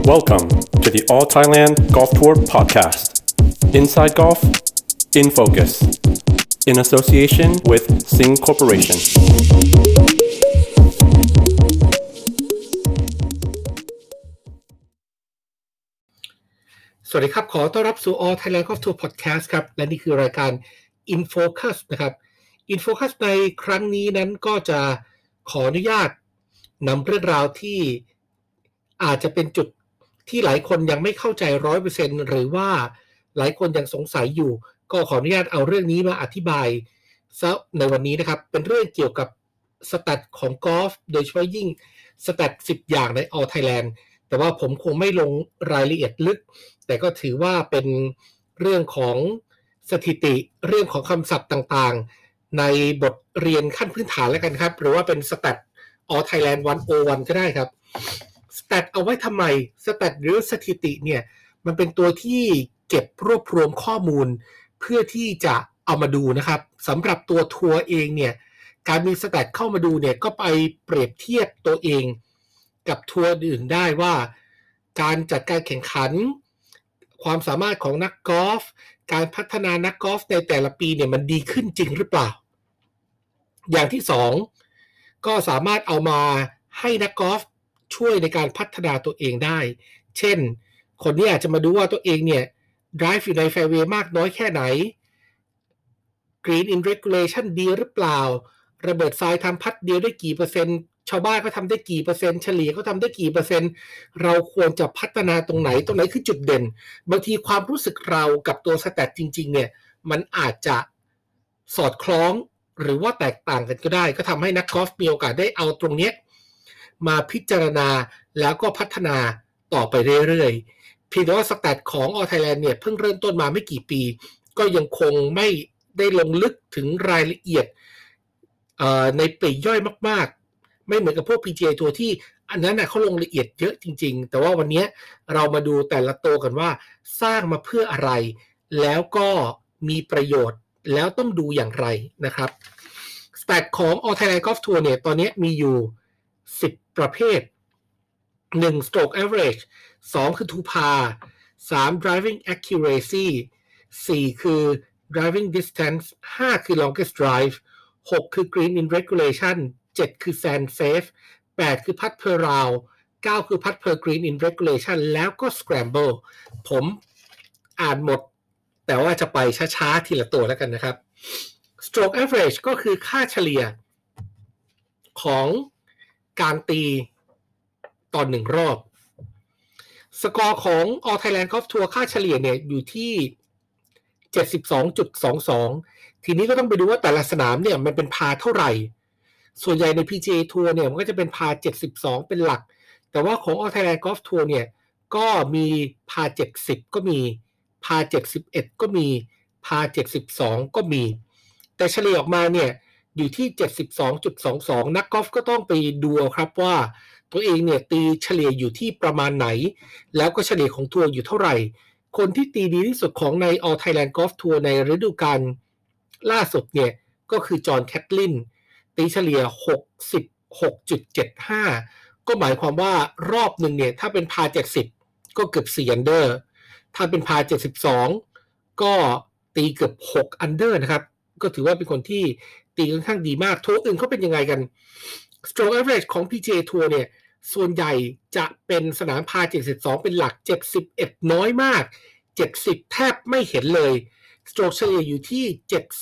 Welcome to the All Thailand Golf Tour Podcast. Inside Golf, in focus. In association with Sing Corporation. สวัสดีครับขอต้อนรับสู่ All Thailand Golf Tour Podcast ครับและนี่คือรายการ In Focus นะครับ In Focus ในครั้งนี้นั้นก็จะขออนุญาตนำเรื่องราวที่อาจจะเป็นจุดที่หลายคนยังไม่เข้าใจ 100% หรือว่าหลายคนยังสงสัยอยู่ก็ขออนุญาตเอาเรื่องนี้มาอธิบายซะในวันนี้นะครับเป็นเรื่องเกี่ยวกับสแตทของกอล์ฟโดยเฉพาะยิ่งสแตท10 อย่างใน All Thailand แต่ว่าผมคงไม่ลงรายละเอียดลึกแต่ก็ถือว่าเป็นเรื่องของสถิติเรื่องของคำศัพท์ต่างๆในบทเรียนขั้นพื้นฐานแล้วกันครับหรือว่าเป็นสแตท All Thailand 101ก็ได้ครับสแตทเอาไว้ทำไมสแตทหรือสถิติเนี่ยมันเป็นตัวที่เก็บรวบรวมข้อมูลเพื่อที่จะเอามาดูนะครับสำหรับตัวทัวร์เองเนี่ยการมีสแตทเข้ามาดูเนี่ยก็ไปเปรียบเทียบตัวเองกับทัวร์อื่นได้ว่าการจัดการแข่งขันความสามารถของนักกอล์ฟการพัฒนานักกอล์ฟในแต่ละปีเนี่ยมันดีขึ้นจริงหรือเปล่าอย่างที่สองก็สามารถเอามาให้นักกอล์ฟช่วยในการพัฒนาตัวเองได้เช่นคนนี้อาจจะมาดูว่าตัวเองเนี่ย drive อยู่ใน fairway มากน้อยแค่ไหน green in regulation ดีหรือเปล่าระเบิดทรายทำพัดเดียวได้กี่เปอร์เซ็นต์ชาวบ้านเขาทำได้กี่เปอร์เซ็นต์เฉลี่ยเขาทำได้กี่เปอร์เซ็นต์เราควรจะพัฒนาตรงไหนคือจุดเด่นบางทีความรู้สึกเรากับตัวสแตทจริงๆเนี่ยมันอาจจะสอดคล้องหรือว่าแตกต่างกันก็ได้ก็ทำให้นักกอล์ฟมีโอกาสได้เอาตรงนี้มาพิจารณาแล้วก็พัฒนาต่อไปเรื่อยๆเพียงแต่ว่าสแตทของ All Thailand เนี่ยเพิ่งเริ่มต้นมาไม่กี่ปีก็ยังคงไม่ได้ลงลึกถึงรายละเอียดในปลีกย่อยมากๆไม่เหมือนกับพวก PGA ทัวร์ที่อันนั้นน่ะเขาลงละเอียดเยอะจริงๆแต่ว่าวันนี้เรามาดูแต่ละตัวกันว่าสร้างมาเพื่ออะไรแล้วก็มีประโยชน์แล้วต้องดูอย่างไรนะครับสแตทของ All Thailand Golf Tour เนี่ยตอนนี้มีอยู่10ประเภท1 stroke average 2คือ 2 par 3 driving accuracy 4คือ driving distance 5คือ longest drive 6คือ green in regulation 7คือ sand safe 8คือ putt per round 9คือ putt per green in regulation แล้วก็ scramble ผมอ่านหมดแต่ว่าจะไปช้าๆทีละตัวแล้วกันนะครับ stroke average ก็คือค่าเฉลี่ยของการตีตอน1รอบสกอร์ของ All Thailand Golf Tour ค่าเฉลี่ยเนี่ยอยู่ที่ 72.22 ทีนี้ก็ต้องไปดูว่าแต่ละสนามเนี่ยมันเป็นพาเท่าไหร่ส่วนใหญ่ใน PGA Tour เนี่ยมันก็จะเป็นพา72เป็นหลักแต่ว่าของ All Thailand Golf Tour เนี่ยก็มีพา70ก็มีพา71ก็มีพา72ก็มีแต่เฉลี่ยออกมาเนี่ยอยู่ที่ 72.22 นักกอล์ฟก็ต้องไปดูครับว่าตัวเองเนี่ยตีเฉลี่ยอยู่ที่ประมาณไหนแล้วก็เฉลี่ยของทัวร์อยู่เท่าไหร่คนที่ตีดีที่สุดของใน All Thailand Golf Tour ในฤดูกาลล่าสุดเนี่ยก็คือจอห์นแคทลินตีเฉลี่ย 66.75 ก็หมายความว่ารอบหนึ่งเนี่ยถ้าเป็นพา70ก็เกือบ4อันเดอร์ถ้าเป็นพา72ก็ตีเกือบ6อันเดอร์นะครับก็ถือว่าเป็นคนที่ตีค่อนข้างดีมากทัวร์อื่นเขาเป็นยังไงกัน stroke average ของ PGA Tour เนี่ยส่วนใหญ่จะเป็นสนามพา72เป็นหลัก71น้อยมาก70แทบไม่เห็นเลย stroke เฉลี่ยอยู่ที่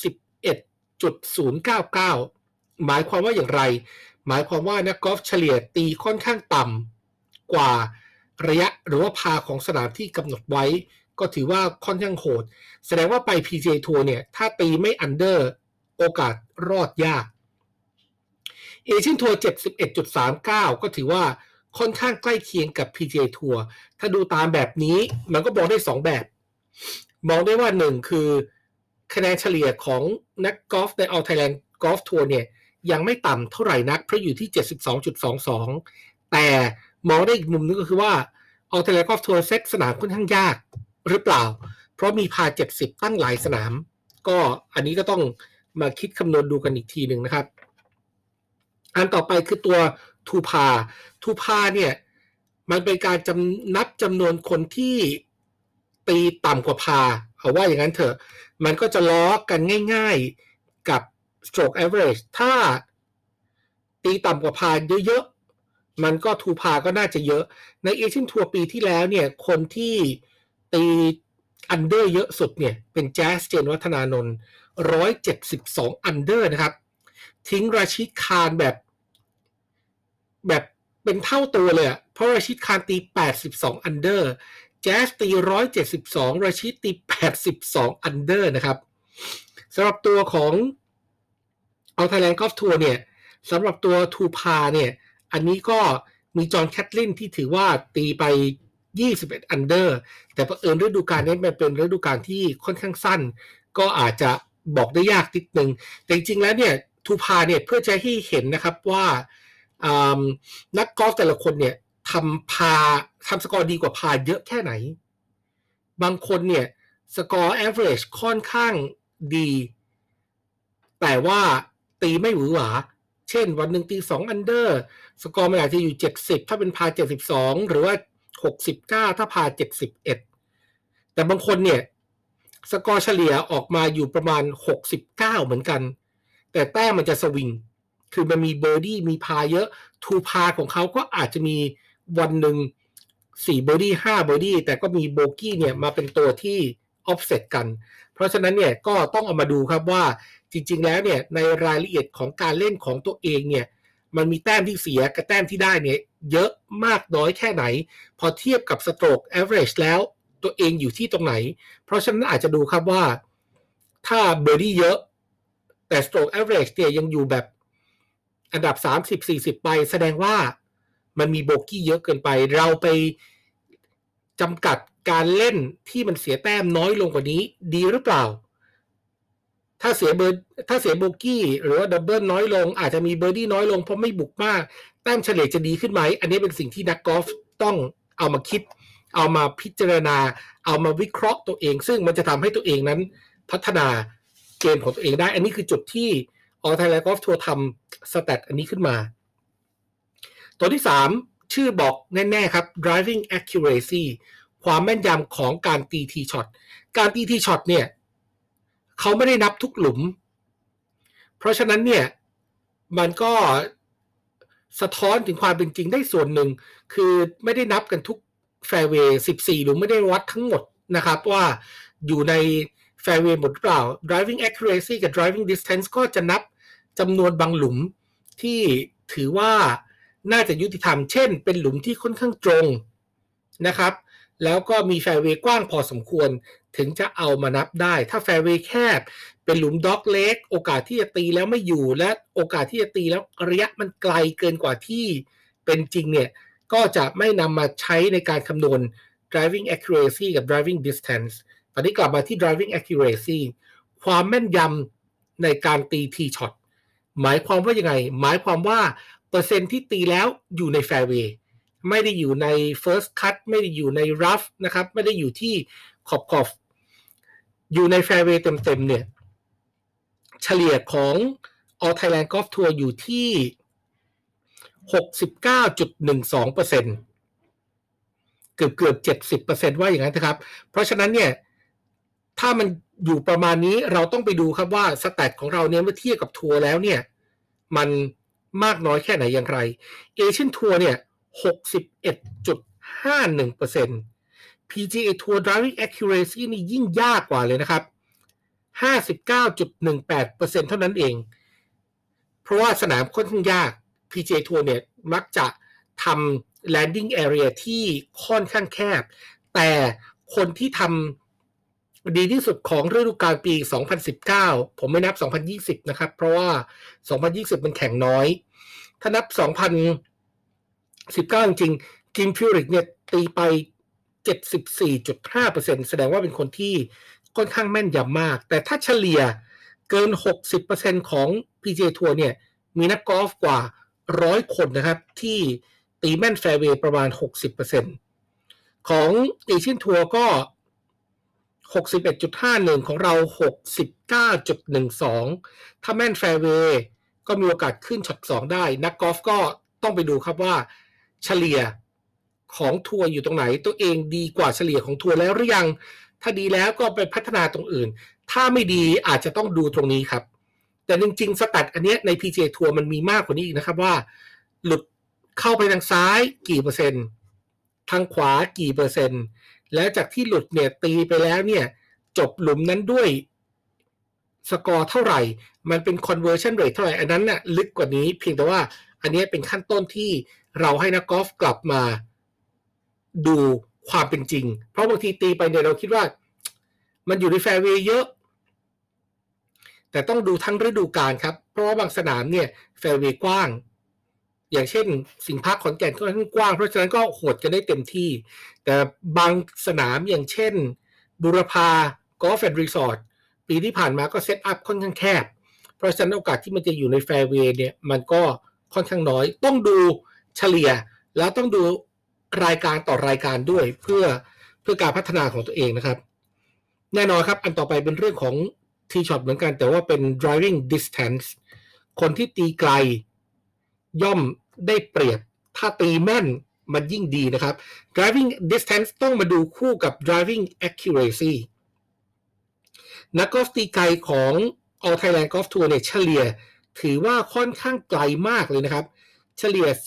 71.099 หมายความว่าอย่างไรหมายความว่านักกอล์ฟเฉลี่ยตีค่อนข้างต่ำกว่าระยะหรือว่าพาของสนามที่กำหนดไว้ก็ถือว่าค่อนข้างโหดแสดงว่าไป PGA Tour เนี่ยถ้าตีไม่อันเดอร์โอกาสรอดยากเอเชียนทัวร์ 71.39 ก็ถือว่าค่อนข้างใกล้เคียงกับ PGA ทัวร์ถ้าดูตามแบบนี้มันก็มองได้2แบบมองได้ว่า1คือคะแนนเฉลี่ยของนักกอล์ฟใน All Thailand Golf Tour เนี่ยยังไม่ต่ำเท่าไหร่นักเพราะอยู่ที่ 72.22 แต่มองได้อีกมุมนึงก็คือว่า All Thailand Golf Tour เซตสนามค่อนข้างยากหรือเปล่าเพราะมีพา70ตั้งหลายสนามก็อันนี้ก็ต้องมาคิดคำนวณดูกันอีกทีหนึ่งนะครับอันต่อไปคือตัวทูพาเนี่ยมันเป็นการนับจำนวนคนที่ตีต่ำกว่าพาเอาว่าอย่างนั้นเถอะมันก็จะล้อกันง่ายๆกับ stroke average ถ้าตีต่ำกว่าพาเยอะๆมันก็ทูพาก็น่าจะเยอะในเอเชียนทัวร์ปีที่แล้วเนี่ยคนที่ตีอันเดอร์เยอะสุดเนี่ยเป็นแจ๊สเจนวัฒนานนท์172อันเดอร์นะครับทิ้งราชิดคานแบบเป็นเท่าตัวเลยอะเพราะราชิดคานตี82อันเดอร์แจ๊สตี172ราชิดตี82อันเดอร์นะครับสำหรับตัวของเอาไทยแลนด์กอล์ฟทัวร์เนี่ยสำหรับตัวทูพาเนี่ยอันนี้ก็มีจอห์นแคทลินที่ถือว่าตีไป21อันเดอร์แต่เผอิญฤดูกาลนี้มันเป็นฤดูกาลที่ค่อนข้างสั้นก็อาจจะบอกได้ยากนิดนึงแต่จริงๆแล้วเนี่ยทูพาเนี่ยเพื่อจะให้เห็นนะครับว่านักกอล์ฟแต่ละคนเนี่ยทำสกอร์ดีกว่าพาเยอะแค่ไหนบางคนเนี่ยสกอร์ average ค่อนข้างดีแต่ว่าตีไม่หวือหวาเช่นวันหนึ่งตี2อันเดอร์สกอร์มันอาจจะอยู่70ถ้าเป็นพา72หรือว่า69ถ้าพา71แต่บางคนเนี่ยสกอร์เฉลี่ยออกมาอยู่ประมาณ69เหมือนกันแต่แต้มมันจะสวิงคือมันมีเบอร์ดี้มีพาเยอะทูพาของเขาก็อาจจะมีวันหนึ่ง4เบอร์ดี้5เบอร์ดี้แต่ก็มีโบกี้เนี่ยมาเป็นตัวที่ออฟเซตกันเพราะฉะนั้นเนี่ยก็ต้องเอามาดูครับว่าจริงๆแล้วเนี่ยในรายละเอียดของการเล่นของตัวเองเนี่ยมันมีแต้มที่เสียกับแต้มที่ได้เนี่ยเยอะมากน้อยแค่ไหนพอเทียบกับสโตรก average แล้วตัวเองอยู่ที่ตรงไหนเพราะฉะนั้นอาจจะดูครับว่าถ้าเบอร์ดี้เยอะแต่ stroke average เนี่ยยังอยู่แบบอันดับ30-40ไปแสดงว่ามันมีโบกี้เยอะเกินไปเราไปจำกัดการเล่นที่มันเสียแต้มน้อยลงกว่านี้ดีหรือเปล่าถ้าเสียโบกี้หรือว่าดับเบิลน้อยลงอาจจะมีเบอร์ดี้น้อยลงเพราะไม่บุกมากแต้มเฉลี่ยจะดีขึ้นไหมอันนี้เป็นสิ่งที่นักกอล์ฟต้องเอามาคิดเอามาพิจารณาเอามาวิเคราะห์ตัวเองซึ่งมันจะทำให้ตัวเองนั้นพัฒนาเกมของตัวเองได้อันนี้คือจุดที่All Thailand Golf Tour ทำสแตทอันนี้ขึ้นมาตัวที่3ชื่อบอกแน่ๆครับ driving accuracy ความแม่นยำของการตีทีช็อตการตีทีช็อตเนี่ยเขาไม่ได้นับทุกหลุมเพราะฉะนั้นเนี่ยมันก็สะท้อนถึงความเป็นจริงได้ส่วนหนึ่งคือไม่ได้นับกันทุกแฟร์เวย์14หลุมไม่ได้วัดทั้งหมดนะครับว่าอยู่ในแฟร์เวย์หมดหรือเปล่า driving accuracy กับ driving distance ก็จะนับจำนวนบางหลุมที่ถือว่าน่าจะยุติธรรมเช่นเป็นหลุมที่ค่อนข้างตรงนะครับแล้วก็มีแฟร์เวย์กว้างพอสมควรถึงจะเอามานับได้ถ้าแฟร์เวย์แคบเป็นหลุมด็อกเล็กโอกาสที่จะตีแล้วไม่อยู่และโอกาสที่จะตีแล้วระยะมันไกลเกินกว่าที่เป็นจริงเนี่ยก็จะไม่นำมาใช้ในการคำนวณ driving accuracy กับ driving distance ตอนนี้กลับมาที่ driving accuracy ความแม่นยำในการตีทีช็อตหมายความว่ายังไงหมายความว่าเปอร์เซ็นต์ที่ตีแล้วอยู่ในแฟร์เวย์ไม่ได้อยู่ใน first cut ไม่ได้อยู่ใน rough นะครับไม่ได้อยู่ที่ขอบอยู่ในแฟร์เวย์เต็มๆเนี่ยเฉลี่ยของ All Thailand Golf Tour อยู่ที่ 69.12% เกือบ 70% ว่าอย่างนั้นนะครับเพราะฉะนั้นเนี่ยถ้ามันอยู่ประมาณนี้เราต้องไปดูครับว่าสแตทของเราเนี่ยเมื่อเทียบกับทัวร์แล้วเนี่ยมันมากน้อยแค่ไหนอย่างไรเอเชียนทัวร์เนี่ย 61.51% PGA Tour Driving Accuracy นี่ยิ่งยากกว่าเลยนะครับ 59.18% เท่านั้นเองเพราะว่าสนามค่อนข้างยาก PGA Tour เนี่ยมักจะทำ landing area ที่ค่อนข้างแคบแต่คนที่ทำดีที่สุดของฤดูกาลปี 2019 ผมไม่นับ 2020 นะครับเพราะว่า 2020 มันแข่งน้อยถ้านับ 2019 จริงๆ Kim Furyk เนี่ยตีไป 74.5% แสดงว่าเป็นคนที่ค่อนข้างแม่นยำมากแต่ถ้าเฉลี่ยเกิน 60% ของ PGA Tour เนี่ยมีนักกอล์ฟกว่า100คนนะครับที่ตีแม่นแฟร์เวย์ประมาณ 60% ของเอเชียนทัวร์ก็ 61.51 ของเรา 69.12 ถ้าแม่นแฟร์เวย์ก็มีโอกาสขึ้นช็อต2ได้นักกอล์ฟก็ต้องไปดูครับว่าเฉลี่ยของทัวร์อยู่ตรงไหนตัวเองดีกว่าเฉลี่ยของทัวร์แล้วหรือยังถ้าดีแล้วก็ไปพัฒนาตรงอื่นถ้าไม่ดีอาจจะต้องดูตรงนี้ครับแต่จริงๆสแตทอันนี้ใน PGA ทัวร์มันมีมากกว่านี้อีกนะครับว่าหลุดเข้าไปทางซ้ายกี่เปอร์เซ็นต์ทางขวากี่เปอร์เซ็นต์แล้วจากที่หลุดเนี่ยตีไปแล้วเนี่ยจบหลุมนั้นด้วยสกอร์เท่าไหร่มันเป็น conversion rate เท่าไหร่อันนั้นน่ะลึกกว่านี้เพียงแต่ว่าอันนี้เป็นขั้นต้นที่เราให้นักกอล์ฟกลับมาดูความเป็นจริงเพราะบางทีตีไปเนี่ยเราคิดว่ามันอยู่ในแฟร์เวย์เยอะแต่ต้องดูทั้งฤดูกาลครับเพราะว่าบางสนามเนี่ยแฟร์เวย์กว้างอย่างเช่นสิงห์พาร์คขอนแก่นก็ค่อนข้างกว้างเพราะฉะนั้นก็โหดกันได้เต็มที่แต่บางสนามอย่างเช่นบุรพากอล์ฟแอนด์รีสอร์ทปีที่ผ่านมาก็เซตอัพค่อนข้างแคบเพราะฉะนั้นโอกาสที่มันจะอยู่ในแฟร์เวย์เนี่ยมันก็ค่อนข้างน้อยต้องดูเฉลี่ยแล้วต้องดูรายการต่อรายการด้วยเพื่อการพัฒนาของตัวเองนะครับแน่นอนครับอันต่อไปเป็นเรื่องของ Tee shot เหมือนกันแต่ว่าเป็น driving distance คนที่ตีไกลย่อมได้เปรียบถ้าตีแม่นมันยิ่งดีนะครับ driving distance ต้องมาดูคู่กับ driving accuracy นักกอล์ฟตีไกลของ All Thailand Golf Tour เนี่ยเฉลี่ยถือว่าค่อนข้างไกลมากเลยนะครับเฉลี่ย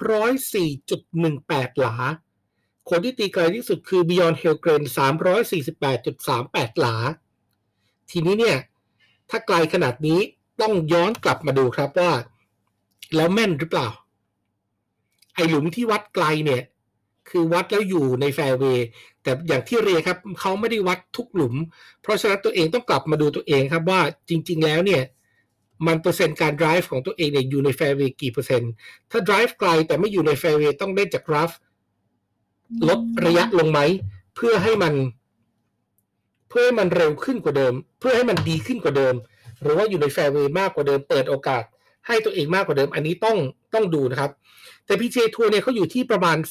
304.18 หลาคนที่ตีไกลที่สุดคือ Bjorn Hellgren 348.38 หลาทีนี้เนี่ยถ้าไกลขนาดนี้ต้องย้อนกลับมาดูครับว่าแล้วแม่นหรือเปล่าไอหลุมที่วัดไกลเนี่ยคือวัดแล้วอยู่ในแฟร์เวย์แต่อย่างที่เรียนครับเขาไม่ได้วัดทุกหลุมเพราะฉะนั้นตัวเองต้องกลับมาดูตัวเองครับว่าจริงๆแล้วเนี่ยมันเปอร์เซ็นต์การ drive ของตัวเองเนี่ยอยู่ในแฟร์เวย์กี่เปอร์เซ็นต์ถ้า drive ไกลแต่ไม่อยู่ในแฟร์เวย์ต้องเล่นจาก rough ลดระยะลงไหมเพื่อให้มันเร็วขึ้นกว่าเดิมเพื่อให้มันดีขึ้นกว่าเดิมหรือว่าอยู่ในแฟร์เวย์มากกว่าเดิมเปิดโอกาสให้ตัวเองมากกว่าเดิมอันนี้ต้องดูนะครับแต่ PGA ทัวร์เนี่ยเขาอยู่ที่ประมาณ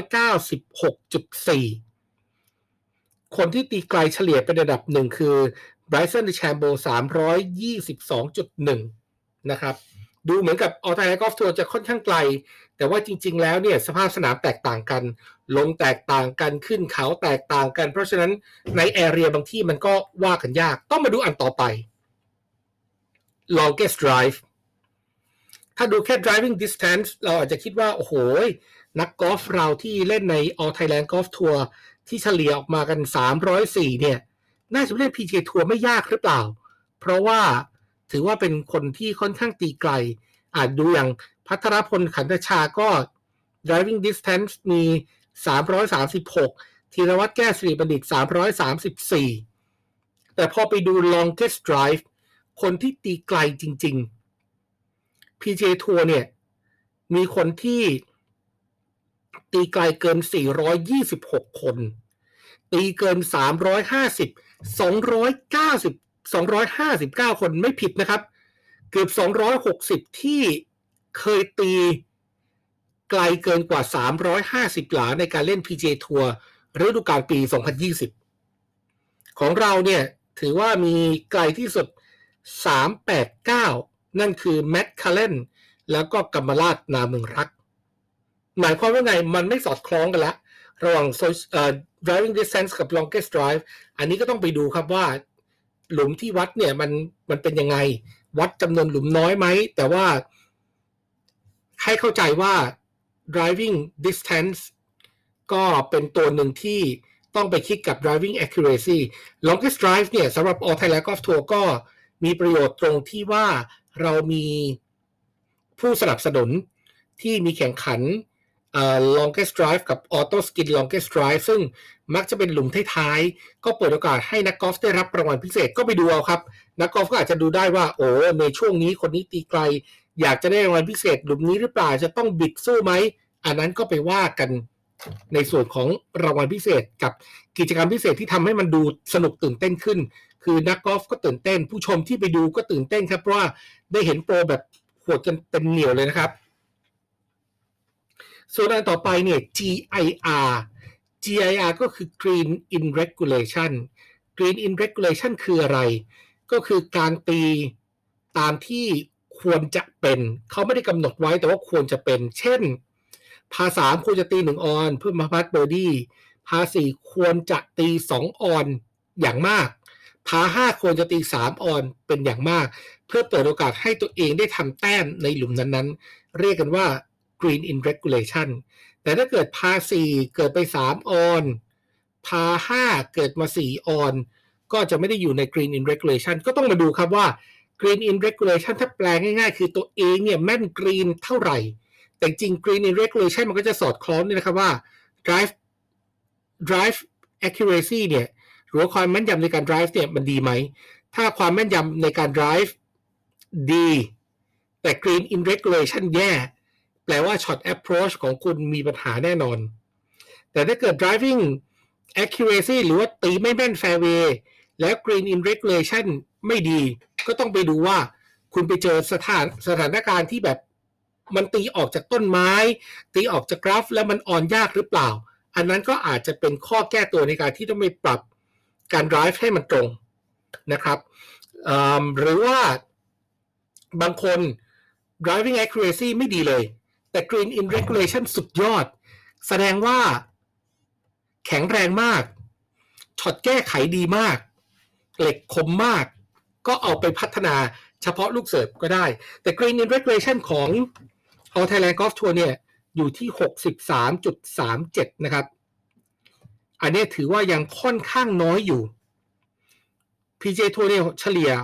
296.4 คนที่ตีไกลเฉลี่ยเป็นระดับ1คือ Bryson DeChambeau 322.1 นะครับดูเหมือนกับ All Thailand Golf Tour จะค่อนข้างไกลแต่ว่าจริงๆแล้วเนี่ยสภาพสนามแตกต่างกันลงแตกต่างกันขึ้นเขาแตกต่างกันเพราะฉะนั้นในแอเรียบางที่มันก็ว่ากันยากต้องมาดูอันต่อไป longest drive ถ้าดูแค่ driving distance เราอาจจะคิดว่าโอ้โหนักกอล์ฟเราที่เล่นใน All Thailand Golf Tour ที่เฉลี่ยออกมากัน304เนี่ยน่าจะเล่น PGA Tour ไม่ยากหรือเปล่าเพราะว่าถือว่าเป็นคนที่ค่อนข้างตีไกลอาจดูอย่างภัทรพลขันธชาก็ driving distance มี336ธีรวัตรแก้วสิริบัณฑิต334แต่พอไปดู longest drive คนที่ตีไกลจริงๆ PGA Tour เนี่ยมีคนที่ตีไกลเกิน426คนตีเกิน350 259คนไม่ผิดนะครับเกือบ260ที่เคยตีไกลเกินกว่า350หลาในการเล่น PGA Tour ฤดูกาลปี2020ของเราเนี่ยถือว่ามีไกลที่สุด389นั่นคือแมตต์คาเลนแล้วก็กัมมาลาชนาเมืองรักหมายความว่าไงมันไม่สอดคล้องกันแล้วระหว่างdriving distance กับ longest drive อันนี้ก็ต้องไปดูครับว่าหลุมที่วัดเนี่ยมันเป็นยังไงวัดจำนวนหลุมน้อยไหมแต่ว่าให้เข้าใจว่า driving distance ก็เป็นตัวหนึ่งที่ต้องไปคิดกับ driving accuracy longest drive เนี่ยสำหรับ All Thailand Golf Tour ก็มีประโยชน์ตรงที่ว่าเรามีผู้สนับสนุนที่มีแข่งขันlongest drive กับ auto skin longest drive ซึ่งมักจะเป็นหลุมท้ายๆก็เปิดโอกาสให้นักกอล์ฟได้รับรางวัลพิเศษก็ไปดูเอาครับนักกอล์ฟก็อาจจะดูได้ว่าโอ้ในช่วงนี้คนนี้ตีไกลอยากจะได้รางวัลพิเศษหลุมนี้หรือเปล่าจะต้องบิดสู้ไหมอันนั้นก็ไปว่ากันในส่วนของรางวัลพิเศษกับกิจกรรมพิเศษที่ทำให้มันดูสนุกตื่นเต้นขึ้นคือนักกอล์ฟก็ตื่นเต้นผู้ชมที่ไปดูก็ตื่นเต้นครับเพราะว่าได้เห็นโปรแบบโหดกันเต็มเหนียวเลยนะครับส่วนอันต่อไปเนี่ย GIR ก็คือ Green in Regulation Green in Regulation คืออะไรก็คือการตีตามที่ควรจะเป็นเขาไม่ได้กำหนดไว้แต่ว่าควรจะเป็นเช่นพา3ควรจะตี1ออนเพื่อมาพัดเบอร์ดี้พา4ควรจะตี2ออนอย่างมากพา5ควรจะตี3ออนเป็นอย่างมากเพื่อเปิดโอกาสให้ตัวเองได้ทำแต้มในหลุมนั้นๆเรียกกันว่า green in regulation แต่ถ้าเกิดพา4เกิดไป3ออนพา5เกิดมา4ออนก็จะไม่ได้อยู่ใน green in regulation ก็ต้องมาดูครับว่า green in regulation ถ้าแปลง่ายๆคือตัวเองเนี่ยแม่น green เท่าไหร่แต่จริง green in regulation มันก็จะสอดคล้องนี่นะครับว่า drive accuracy เนี่ยหรือว่าความแม่นยำในการ drive เนี่ยมันดีไหมถ้าความแม่นยำในการ drive ดีแต่ green in regulation แย่แปลว่า shot approach ของคุณมีปัญหาแน่นอนแต่ถ้าเกิด driving accuracy หรือว่าตีไม่แม่น fairway แล้ว green in regulation ไม่ดีก็ต้องไปดูว่าคุณไปเจอสถานการณ์ที่แบบมันตีออกจากต้นไม้ตีออกจากกราฟแล้วมันออนยากหรือเปล่าอันนั้นก็อาจจะเป็นข้อแก้ตัวในการที่ต้องไปปรับการ drive ให้มันตรงนะครับหรือว่าบางคน driving accuracy ไม่ดีเลยแต่ green in regulation สุดยอดแสดงว่าแข็งแรงมากช็อตแก้ไขดีมากเหล็กคมมากก็เอาไปพัฒนาเฉพาะลูกเสิร์ฟก็ได้แต่ green in regulation ของ All Thailand Golf Tour เนี่ยอยู่ที่ 63.37 นะครับอันนี้ถือว่ายังค่อนข้างน้อยอยู่ PGA Tour เนี่ยเฉลี่ย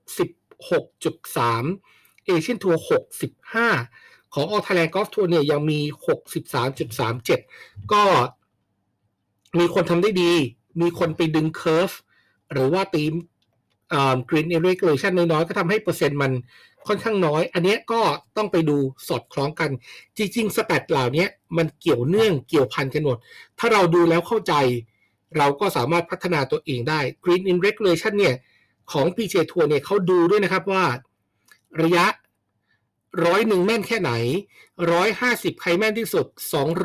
66.3 Asian Tour 65 ของ All Thailand Golf Tour เนี่ยยังมี 63.37 ก็มีคนทำได้ดีมีคนไปดึงเคอร์ฟหรือว่าตีgreen in regulation น้อยๆก็ทำให้เปอร์เซ็นต์มันค่อนข้างน้อยอันนี้ก็ต้องไปดูสอดคล้องกันจริงๆสแตทเหล่านี้มันเกี่ยวเนื่องเกี่ยวพันกันหมดถ้าเราดูแล้วเข้าใจเราก็สามารถพัฒนาตัวเองได้ green in regulation เนี่ยของ PGA Tour เนี่ยเขาดูด้วยนะครับว่าระยะ100แม่นแค่ไหน150ใครแม่นที่สุด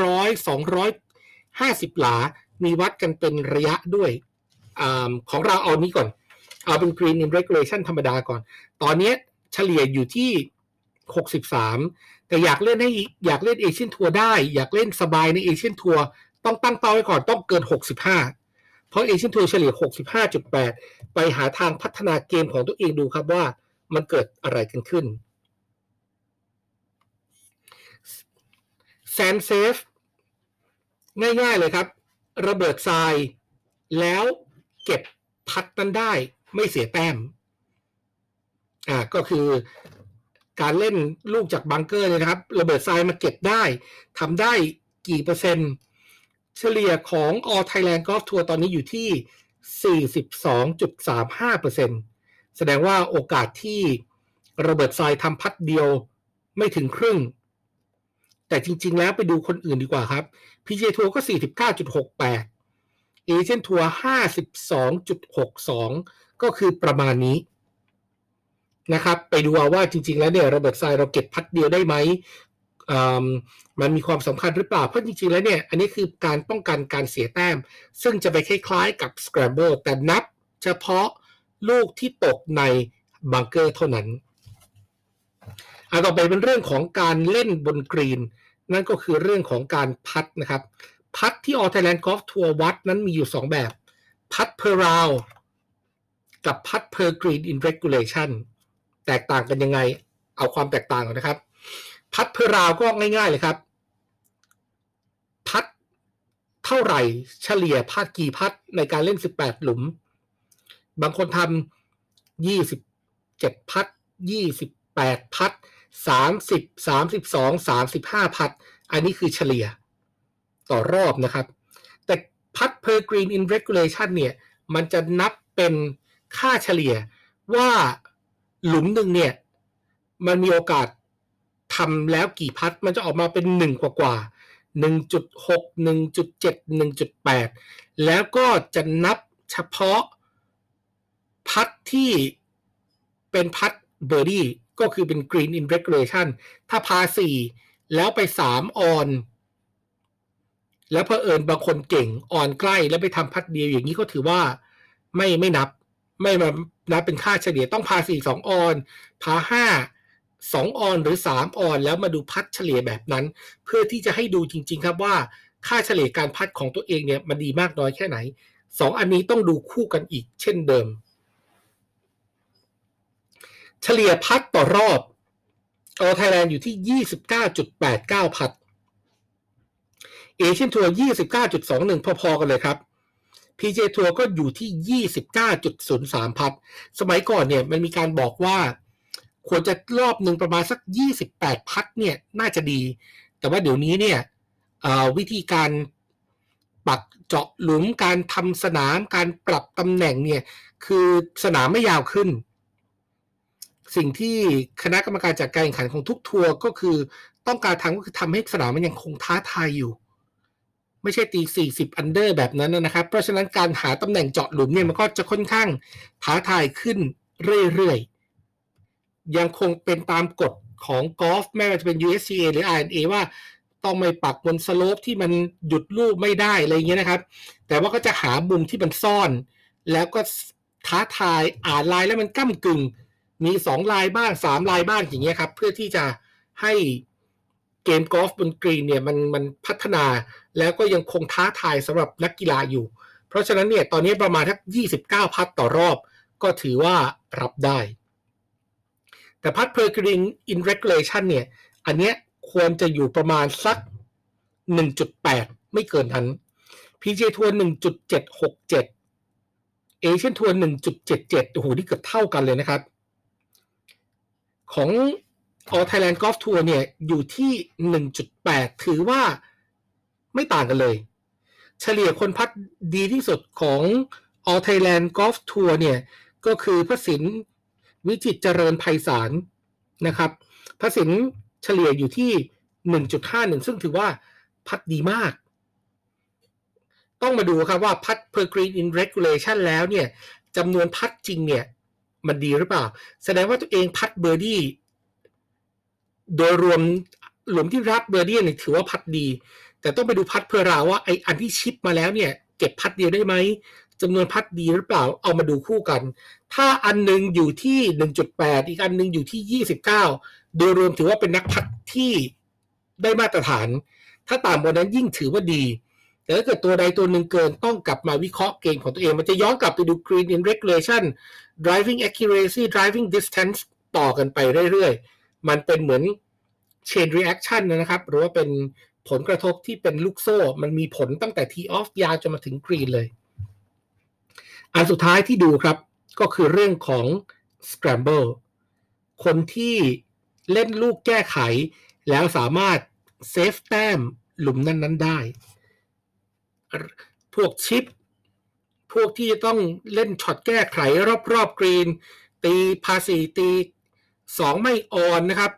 200 250หลามีวัดกันเป็นระยะด้วยของเราเอานี้ก่อนเอาเป็น green in regulation ธรรมดาก่อนตอนนี้เฉลี่ยอยู่ที่63แต่อยากเล่นเอเชียนทัวร์ได้อยากเล่นสบายในเอเชียนทัวร์ต้องตั้งเป้าไว้ก่อนต้องเกิน65เพราะเอเชียนทัวร์เฉลี่ย 65.8 ไปหาทางพัฒนาเกมของตัวเองดูครับว่ามันเกิดอะไรกันขึ้น Sand Safe ง่ายๆเลยครับระเบิดทรายแล้วเก็บพัดนั้นได้ไม่เสียแต้มก็คือการเล่นลูกจากบังเกอร์เลยนะครับระเบิดทรายมาเก็บได้ทำได้กี่เปอร์เซ็นต์เฉลี่ยของ All Thailand Golf Tour ตอนนี้อยู่ที่ 42.35% แสดงว่าโอกาสที่ระเบิดทรายทำพัดเดียวไม่ถึงครึ่งแต่จริงๆแล้วไปดูคนอื่นดีกว่าครับ PGA Tour ก็ 49.68 Asian Tour 52.62 ก็คือประมาณนี้นะครับไปดูว่าจริงๆแล้วเนี่ยระเบิดทรายเราเก็บพัดเดียวได้ไหมมันมีความสำคัญหรือเปล่าเพราะจริงๆแล้วเนี่ยอันนี้คือการป้องกันการเสียแต้มซึ่งจะไปคล้ายๆกับ Scramble แต่นับเฉพาะลูกที่ตกในบังเกอร์เท่านั้นต่อไปเป็นเรื่องของการเล่นบนกรีนนั่นก็คือเรื่องของการพัดนะครับพัดที่ All Thailand Golf Tour วัดนั้นมีอยู่2แบบพัด per round กับพัด per green in regulation แตกต่างกันยังไงเอาความแตกต่างก่อนนะครับพัด per round ก็ง่ายๆเลยครับพัดเท่าไหร่เฉลี่ยพัดกี่พัดในการเล่น18หลุมบางคนทำ27พัด28พัด30 32 35พัดอันนี้คือเฉลี่ยต่อรอบนะครับแต่พัด per green in regulation เนี่ยมันจะนับเป็นค่าเฉลี่ยว่าหลุมหนึ่งเนี่ยมันมีโอกาสทำแล้วกี่พัดมันจะออกมาเป็น1กว่า 1.6 1.7 1.8 แล้วก็จะนับเฉพาะพัดที่เป็นพัดเบอร์ดี้ก็คือเป็น green in regulation ถ้าพา4แล้วไป3ออนแล้วเผอิญบางคนเก่งออนใกล้แล้วไปทำพัดเดียวอย่างนี้ก็ถือว่าไม่นับไม่มานับเป็นค่าเฉลี่ยต้องพา4 2ออนพา5 2 ออนหรือ3 ออนแล้วมาดูพัดเฉลี่ยแบบนั้นเพื่อที่จะให้ดูจริงๆครับว่าค่าเฉลี่ยการพัดของตัวเองเนี่ยมันดีมากน้อยแค่ไหน2 อันนี้ต้องดูคู่กันอีกเช่นเดิมเฉลี่ยพัดต่อรอบAll Thailand อยู่ที่ 29.89 พัดเอเชียนทัวร์ 29.21 พอๆกันเลยครับ PGA ทัวร์ก็อยู่ที่ 29.03 พัดสมัยก่อนเนี่ยมันมีการบอกว่าควรจะรอบหนึ่งประมาณสัก28 พัดเนี่ยน่าจะดีแต่ว่าเดี๋ยวนี้เนี่ยวิธีการปักเจาะหลุมการทำสนามการปรับตำแหน่งเนี่ยคือสนามไม่ยาวขึ้นสิ่งที่คณะกรรมการจัดการแข่งขันของทุกทัวร์ก็คือต้องการทำก็คือทำให้สนามมันยังคงท้าทายอยู่ไม่ใช่ตี40 อันเดอร์แบบนั้นนะครับเพราะฉะนั้นการหาตำแหน่งเจาะหลุมเนี่ยมันก็จะค่อนข้างท้าทายขึ้นเรื่อยๆยังคงเป็นตามกฎของกอล์ฟไม่ว่าจะเป็น USGA หรือ R&A ว่าต้องไม่ปักบนสโลปที่มันหยุดลูกไม่ได้อะไรเงี้ยนะครับแต่ว่าก็จะหามุมที่มันซ่อนแล้วก็ท้าทายอ่านลายแล้วมันก้ำกึ่งมี2 ลายบ้าง3 ลายบ้างอย่างเงี้ยครับเพื่อที่จะให้เกมกอล์ฟบนกรีนเนี่ยมันพัฒนาแล้วก็ยังคงท้าทายสำหรับนักกีฬาอยู่เพราะฉะนั้นเนี่ยตอนนี้ประมาณทัก29 พัดต่อรอบก็ถือว่ารับได้แต่พัด per green in regulation เนี่ยอันเนี้ยควรจะอยู่ประมาณสัก 1.8 ไม่เกินนั้น PGA Tour 1.767 Asian Tour 1.77 โอ้โหนี่เกือบเท่ากันเลยนะครับของ All Thailand Golf Tour เนี่ยอยู่ที่ 1.8 ถือว่าไม่ต่างกันเลยเฉลี่ยคนพัดดีที่สุดของ All Thailand Golf Tour เนี่ยก็คือพระสินวิจิตรเจริญไพศาลนะครับพระสินเฉลี่ยอยู่ที่ 1.51 ซึ่งถือว่าพัดดีมากต้องมาดูครับว่าพัด per green in regulation แล้วเนี่ยจำนวนพัดจริงเนี่ยมันดีหรือเปล่าแสดงว่าตัวเองพัดเบอร์ดี้โดยรวมหลุมที่รับเบอร์ดี้เนี่ยถือว่าพัดดีแต่ต้องไปดูพัดเพอราว่าไออันที่ชิปมาแล้วเนี่ยเก็บพัดเดียวได้ไหมจำนวนพัดดีหรือเปล่าเอามาดูคู่กันถ้าอันนึงอยู่ที่ 1.8 อีกอันนึงอยู่ที่29โดยรวมถือว่าเป็นนักพัดที่ได้มาตรฐานถ้าต่ำกว่านั้นยิ่งถือว่าดีแต่ถ้าเกิดตัวใดตัวหนึ่งเกินต้องกลับมาวิเคราะห์เกมของตัวเองมันจะย้อนกลับไปดู green in regulation driving accuracy driving distance ต่อกันไปเรื่อยๆมันเป็นเหมือน chain reaction นะครับหรือว่าเป็นผลกระทบที่เป็นลูกโซ่มันมีผลตั้งแต่ tee off ยาวจนมาถึง green เลยอันสุดท้ายที่ดูครับก็คือเรื่องของ scramble คนที่เล่นลูกแก้ไขแล้วสามารถเซฟแต้มหลุมนั้นๆได้พวกชิปพวกที่จะต้องเล่นช็อตแก้ไขรอบๆกรีนตีพาสีตี2ไม่ออนนะครับ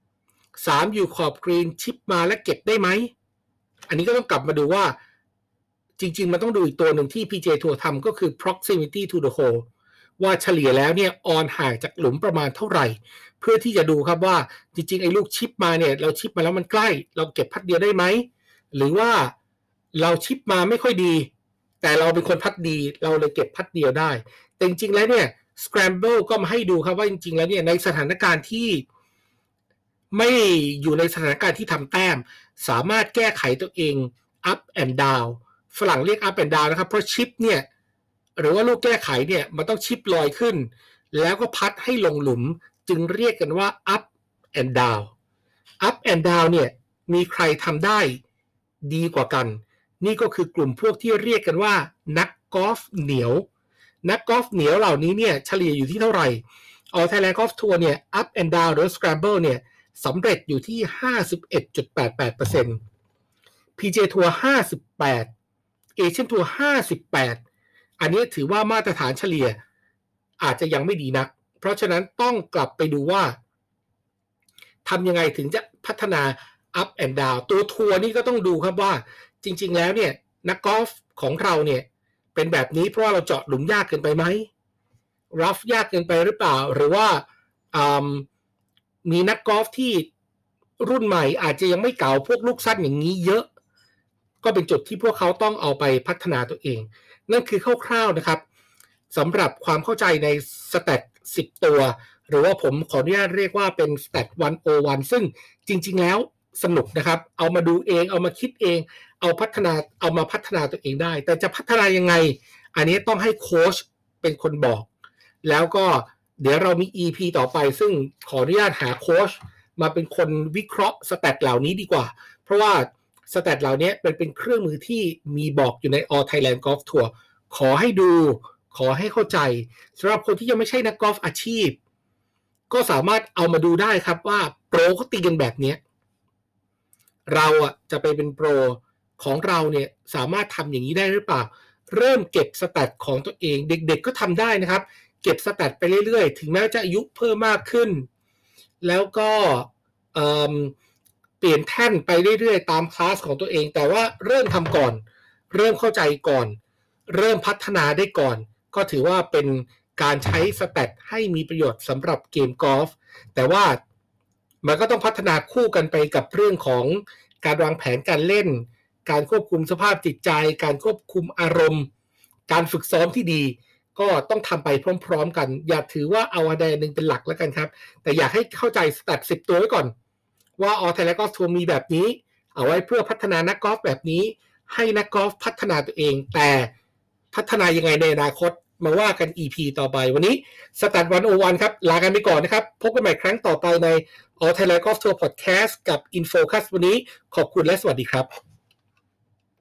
3อยู่ขอบกรีนชิปมาแล้วเก็บได้ไหมอันนี้ก็ต้องกลับมาดูว่าจริงๆมันต้องดูอีกตัวหนึ่งที่ PGA Tour ทำก็คือ proximity to the hole ว่าเฉลี่ยแล้วเนี่ยออนห่างจากหลุมประมาณเท่าไหร่เพื่อที่จะดูครับว่าจริงๆไอ้ลูกชิปมาเนี่ยเราชิปมาแล้วมันใกล้เราเก็บพัดเดียวได้ไหมหรือว่าเราชิปมาไม่ค่อยดีแต่เราเป็นคนพัดดีเราเลยเก็บพัดเดียวได้แต่จริงๆแล้วเนี่ย scramble ก็มาให้ดูครับว่าจริงๆแล้วเนี่ยในสถานการณ์ที่ไม่อยู่ในสถานการณ์ที่ทำแต้มสามารถแก้ไขตัวเอง up and down ฝรั่งเรียก up and down นะครับเพราะชิปเนี่ยหรือว่าลูกแก้ไขเนี่ยมันต้องชิปลอยขึ้นแล้วก็พัดให้ลงหลุมจึงเรียกกันว่า up and down up and down เนี่ยมีใครทำได้ดีกว่ากันนี่ก็คือกลุ่มพวกที่เรียกกันว่านักกอล์ฟเหนียวนักกอล์ฟเหนียวเหล่านี้เนี่ยเฉลี่ยอยู่ที่เท่าไหร่ All Thailand Golf Tour เนี่ย up and down หรือ scramble เนี่ยสำเร็จอยู่ที่ 51.88% PGA Tour 58 Asian Tour 58อันนี้ถือว่ามาตรฐานเฉลี่ยอาจจะยังไม่ดีนักเพราะฉะนั้นต้องกลับไปดูว่าทำยังไงถึงจะพัฒนา up and down ตัวทัวร์นี่ก็ต้องดูครับว่าจริงๆแล้วเนี่ยนักกอล์ฟของเราเนี่ยเป็นแบบนี้เพราะว่าเราเจาะหลุมยากเกินไปไหมรัฟยากเกินไปหรือเปล่าหรือว่ามีนักกอล์ฟที่รุ่นใหม่อาจจะยังไม่เก่าพวกลูกสั้นอย่างนี้เยอะก็เป็นจุดที่พวกเขาต้องเอาไปพัฒนาตัวเองนั่นคือคร่าวๆนะครับสำหรับความเข้าใจในสแตท10 ตัวหรือว่าผมขออนุญาตเรียกว่าเป็น Stat 101ซึ่งจริงๆแล้วสนุกนะครับเอามาดูเองเอามาคิดเองเอามาพัฒนาตัวเองได้แต่จะพัฒนายังไงอันนี้ต้องให้โค้ชเป็นคนบอกแล้วก็เดี๋ยวเรามี EP ต่อไปซึ่งขออนุญาตหาโค้ชมาเป็นคนวิเคราะห์สแตทเหล่านี้ดีกว่าเพราะว่าสแตทเหล่านี้เป็นเครื่องมือที่มีบอกอยู่ใน All Thailand Golf Tour ขอให้ดูขอให้เข้าใจสำหรับคนที่ยังไม่ใช่นักกอล์ฟอาชีพก็สามารถเอามาดูได้ครับว่าโปรเขาตีกันแบบนี้เราจะไปเป็นโปรของเราเนี่ยสามารถทำอย่างนี้ได้หรือเปล่าเริ่มเก็บสแตทของตัวเองเด็กๆก็ทำได้นะครับเก็บสแตทไปเรื่อยๆถึงแม้จะอายุเพิ่มมากขึ้นแล้วก็เปลี่ยนแท่นไปเรื่อยๆตามคลาสของตัวเองแต่ว่าเริ่มทำก่อนเริ่มเข้าใจก่อนเริ่มพัฒนาได้ก่อนก็ถือว่าเป็นการใช้สแตทให้มีประโยชน์สำหรับเกมกอล์ฟแต่ว่ามันก็ต้องพัฒนาคู่กันไปกับเรื่องของการวางแผนการเล่นการควบคุมสภาพจิตใจการควบคุมอารมณ์การฝึกซ้อมที่ดีก็ต้องทำไปพร้อมๆกันอย่าถือว่าเอาอันใดอันหนึ่งเป็นหลักแล้วกันครับแต่อยากให้เข้าใจสแตท10 ตัวไว้ก่อนว่าAll Thailand Golf Tourมีแบบนี้เอาไว้เพื่อพัฒนานักกอล์ฟแบบนี้ให้นักกอล์ฟพัฒนาตัวเองแต่พัฒนายังไงในอนาคตมาว่ากัน EP ต่อไปวันนี้สแตท101ครับลากันไปก่อนนะครับพบกันใหม่ครั้งต่อไปในAll Thailand Golf Tour Podcast กับ InFocus วันนี้ขอบคุณและสวัสดีครับ